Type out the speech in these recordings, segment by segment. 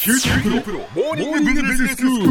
プロモーニングビジネススクール。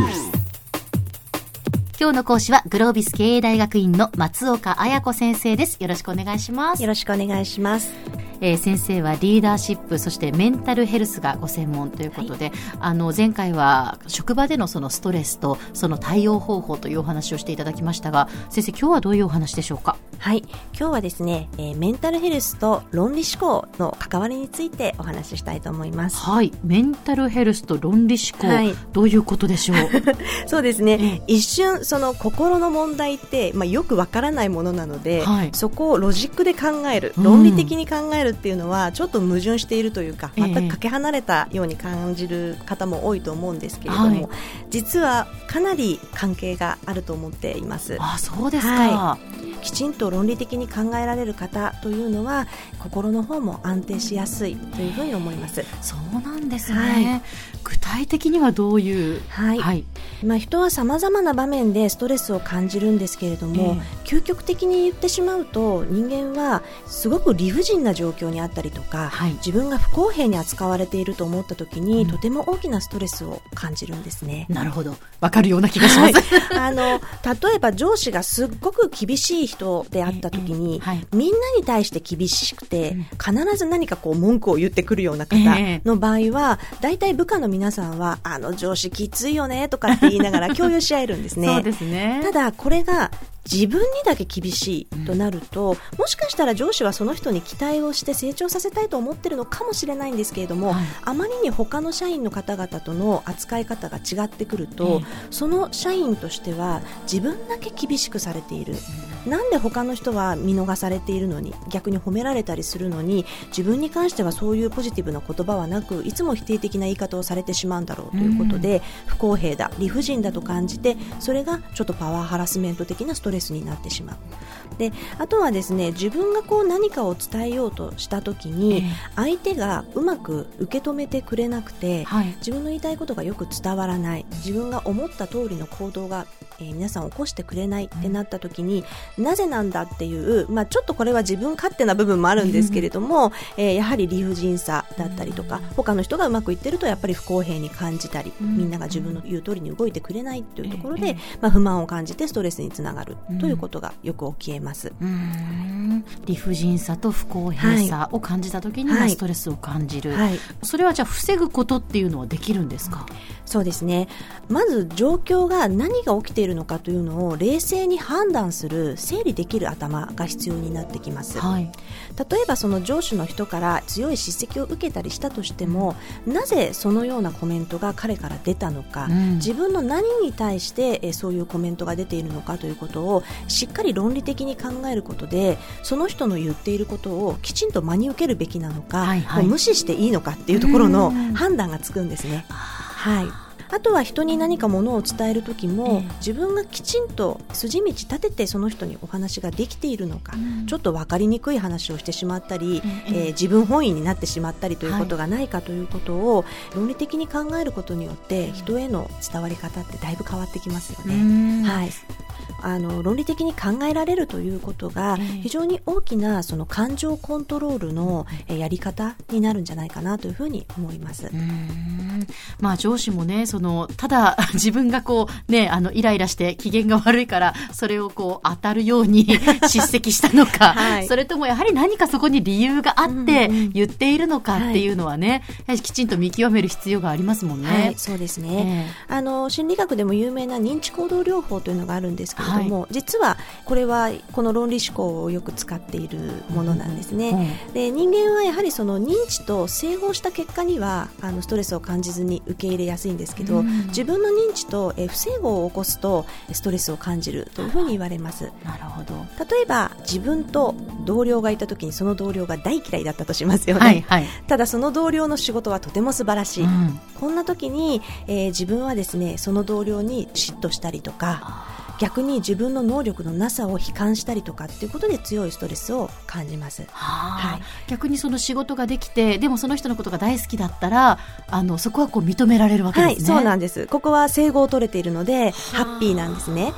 今日の講師はグロービス経営大学院の松岡綾子先生です。よろしくお願いします。 よろしくお願いします。 先生はリーダーシップ、そしてメンタルヘルスがご専門ということで、はい、前回は職場でのそのストレスとその対応方法というお話をしていただきましたが、先生、今日はどういうお話でしょうか？ はい、今日はですね、メンタルヘルスと論理思考の関わりについてお話ししたいと思います。 はい、メンタルヘルスと論理思考、はい、どういうことでしょう？ そうですね、一瞬その心の問題って、よくわからないものなので、はい、そこをロジックで考える、論理的に考えるっていうのはちょっと矛盾しているというか、全くかけ離れたように感じる方も多いと思うんですけれども、はい、実はかなり関係があると思っています。 あ、そうですか。 はい、きちんと論理的に考えられる方というのは心の方も安定しやすいというふうに思います。 そうなんですね。はい、具体的にはどういう、 はいはい、人は様々な場面でストレスを感じるんですけれども、究極的に言ってしまうと人間はすごく理不尽な状況にあったりとか、はい、自分が不公平に扱われていると思った時に、とても大きなストレスを感じるんですね。 なるほど、わかるような気がします。 はい、例えば上司がすっごく厳しい人であった時に、はい、みんなに対して厳しくて、必ず何か文句を言ってくるような方の場合は、大体部下の皆さんは上司きついよねとかって言いながら共有し合えるんですね。 そうですね。 ただこれが自分にだけ厳しいとなると、もしかしたら上司はその人に期待をして成長させたいと思っているのかもしれないんですけれども、はい、あまりに他の社員の方々との扱い方が違ってくると、その社員としては自分だけ厳しくされている、なんで他の人は見逃されているのに、逆に褒められたりするのに自分に関してはそういうポジティブな言葉はなく、いつも否定的な言い方をされてしまうんだろうということで、不公平だ、理不尽だと感じて、それがちょっとパワーハラスメント的なストレスになってしまう。で、あとはですね、自分が何かを伝えようとした時に、相手がうまく受け止めてくれなくて、自分の言いたいことがよく伝わらない、自分が思った通りの行動が、皆さん起こしてくれないってなった時に、なぜなんだっていう、ちょっとこれは自分勝手な部分もあるんですけれども、やはり理不尽さだったりとか、他の人がうまくいってるとやっぱり不公平に感じたり、みんなが自分の言う通りに動いてくれないというところで、不満を感じてストレスにつながるということがよく起きえます。 理不尽さと不公平さを感じた時にはストレスを感じる、はいはい、それはじゃあ防ぐことっていうのはできるんですか？ そうですね。まず状況が何が起きているのかというのを冷静に判断する、整理できる頭が必要になってきます。はい、例えばその上司の人から強い叱責を受けたりしたとしても、なぜそのようなコメントが彼から出たのか、自分の何に対してそういうコメントが出ているのかということをしっかり論理的に考えることで、その人の言っていることをきちんと真に受けるべきなのか、もう無視していいのかっていうところの判断がつくんですね。はい、あとは人に何かものを伝えるときも、自分がきちんと筋道立ててその人にお話ができているのか、ちょっと分かりにくい話をしてしまったり、自分本位になってしまったりということがないかということを論理的に考えることによって、人への伝わり方ってだいぶ変わってきますよね。はい、論理的に考えられるということが非常に大きなその感情コントロールのやり方になるんじゃないかなというふうに思います。 上司もね、ただ自分がイライラして機嫌が悪いからそれを当たるように叱責したのか、はい、それともやはり何かそこに理由があって言っているのかっていうのはね、やはりきちんと見極める必要がありますもんね。 はい、そうですね。心理学でも有名な認知行動療法というのがあるんですけれども、実はこれはこの論理思考をよく使っているものなんですね。で、人間はやはりその認知と整合した結果にはストレスを感じずに受け入れやすいんですけど、自分の認知と不整合を起こすとストレスを感じるというふうに言われます。 なるほど。 例えば自分と同僚がいた時にその同僚が大嫌いだったとしますよね。ただその同僚の仕事はとても素晴らしい、こんな時に、自分はですね、その同僚に嫉妬したりとか、逆に自分の能力のなさを悲観したりとかっていうことで強いストレスを感じます。 はい、逆にその仕事ができて、でもその人のことが大好きだったらそこは認められるわけですね。 はい、そうなんです。ここは整合を取れているのでハッピーなんですね。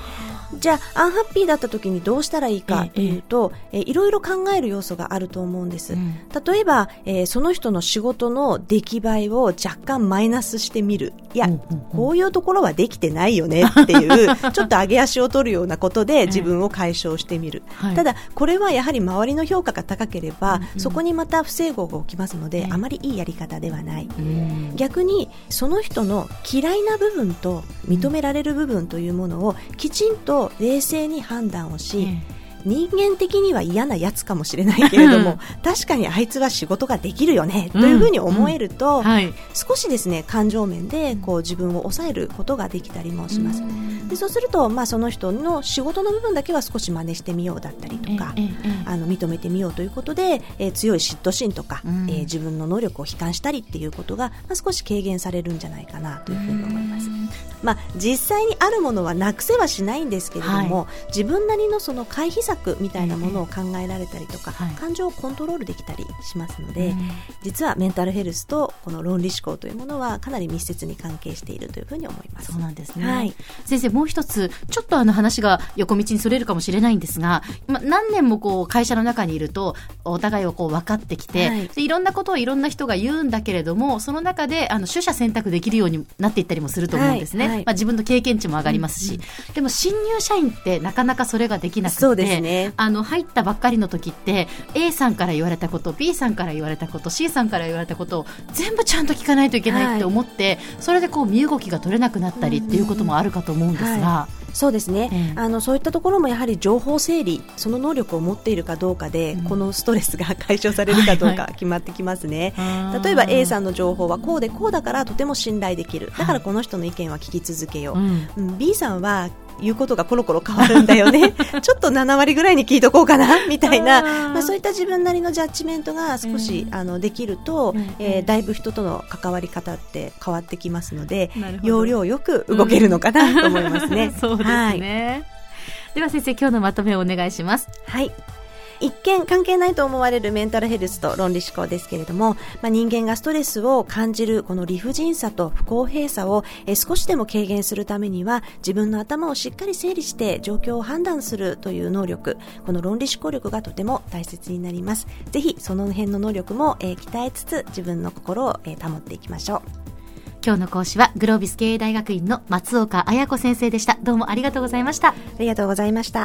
じゃあアンハッピーだった時にどうしたらいいかというと、いろいろ考える要素があると思うんです。例えば、その人の仕事の出来栄えを若干マイナスしてみる。いや、こういうところはできてないよねっていうちょっと上げ足を取るようなことで自分を解消してみる。ただこれはやはり周りの評価が高ければ、そこにまた不整合が起きますので、あまりいいやり方ではない。逆にその人の嫌いな部分と認められる部分というものをきちんと冷静に判断をし、人間的には嫌なやつかもしれないけれども確かにあいつは仕事ができるよねというふうに思えると、少しですね感情面でこう自分を抑えることができたりもします。でそうすると、その人の仕事の部分だけは少し真似してみようだったりとか、認めてみようということで、強い嫉妬心とか、自分の能力を悲観したりっていうことが、少し軽減されるんじゃないかなというふうに思います。実際にあるものはなくせはしないんですけれども、自分なりのその回避策みたいなものを考えられたりとか、感情をコントロールできたりしますので、実はメンタルヘルスとこの論理思考というものはかなり密接に関係しているというふうに思います。 そうなんですね。先生、もう一つちょっと話が横道にそれるかもしれないんですが、何年もこう会社の中にいるとお互いをこう分かってきて、いろんなことをいろんな人が言うんだけれども、その中で取捨選択できるようになっていったりもすると思うんですね。自分の経験値も上がりますし、でも新入社員ってなかなかそれができなくて、そうですね、入ったばっかりの時って A さんから言われたこと、 B さんから言われたこと、 C さんから言われたことを全部ちゃんと聞かないといけないって思って、それでこう身動きが取れなくなったりっていうこともあるかと思うんですが、 そうですね、そういったところもやはり情報整理、その能力を持っているかどうかで、このストレスが解消されるかどうか決まってきますね。例えば A さんの情報はこうでこうだからとても信頼できる、だからこの人の意見は聞き続けよう、B さんは言うことがコロコロ変わるんだよねちょっと7割ぐらいに聞いとこうかなみたいな、そういった自分なりのジャッジメントが少し、できると、だいぶ人との関わり方って変わってきますので、要領よく動けるのかなと思いますね。 そうですね。では先生、今日のまとめをお願いします。 一見関係ないと思われるメンタルヘルスと論理思考ですけれども、人間がストレスを感じるこの理不尽さと不公平さを少しでも軽減するためには、自分の頭をしっかり整理して状況を判断するという能力、この論理思考力がとても大切になります。ぜひその辺の能力も鍛えつつ、自分の心を保っていきましょう。 今日の講師はグロービス経営大学院の松岡綾子先生でした。どうもありがとうございました。 ありがとうございました。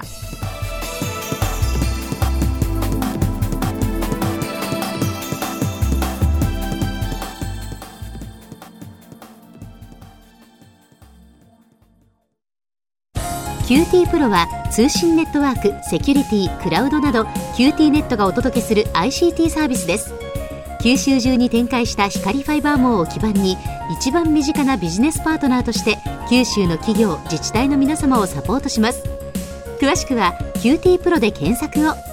QT プロは通信ネットワーク、セキュリティ、クラウドなど QT ネットがお届けする ICT サービスです。九州中に展開した光ファイバー網を基盤に、一番身近なビジネスパートナーとして九州の企業、自治体の皆様をサポートします。詳しくは QT プロで検索を。